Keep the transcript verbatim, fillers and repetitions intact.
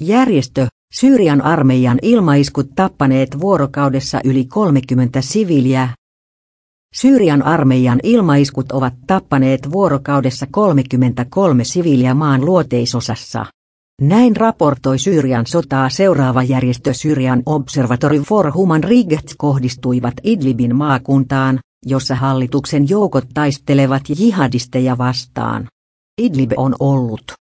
Järjestö, Syyrian armeijan ilmaiskut tappaneet vuorokaudessa yli kolmekymmentä siviiliä. Syyrian armeijan ilmaiskut ovat tappaneet vuorokaudessa kolmekymmentäkolme siviiliä maan luoteisosassa. Näin raportoi Syyrian sotaa seuraava järjestö Syrian Observatory for Human Rights kohdistuivat Idlibin maakuntaan, jossa hallituksen joukot taistelevat jihadisteja vastaan. Idlib on ollut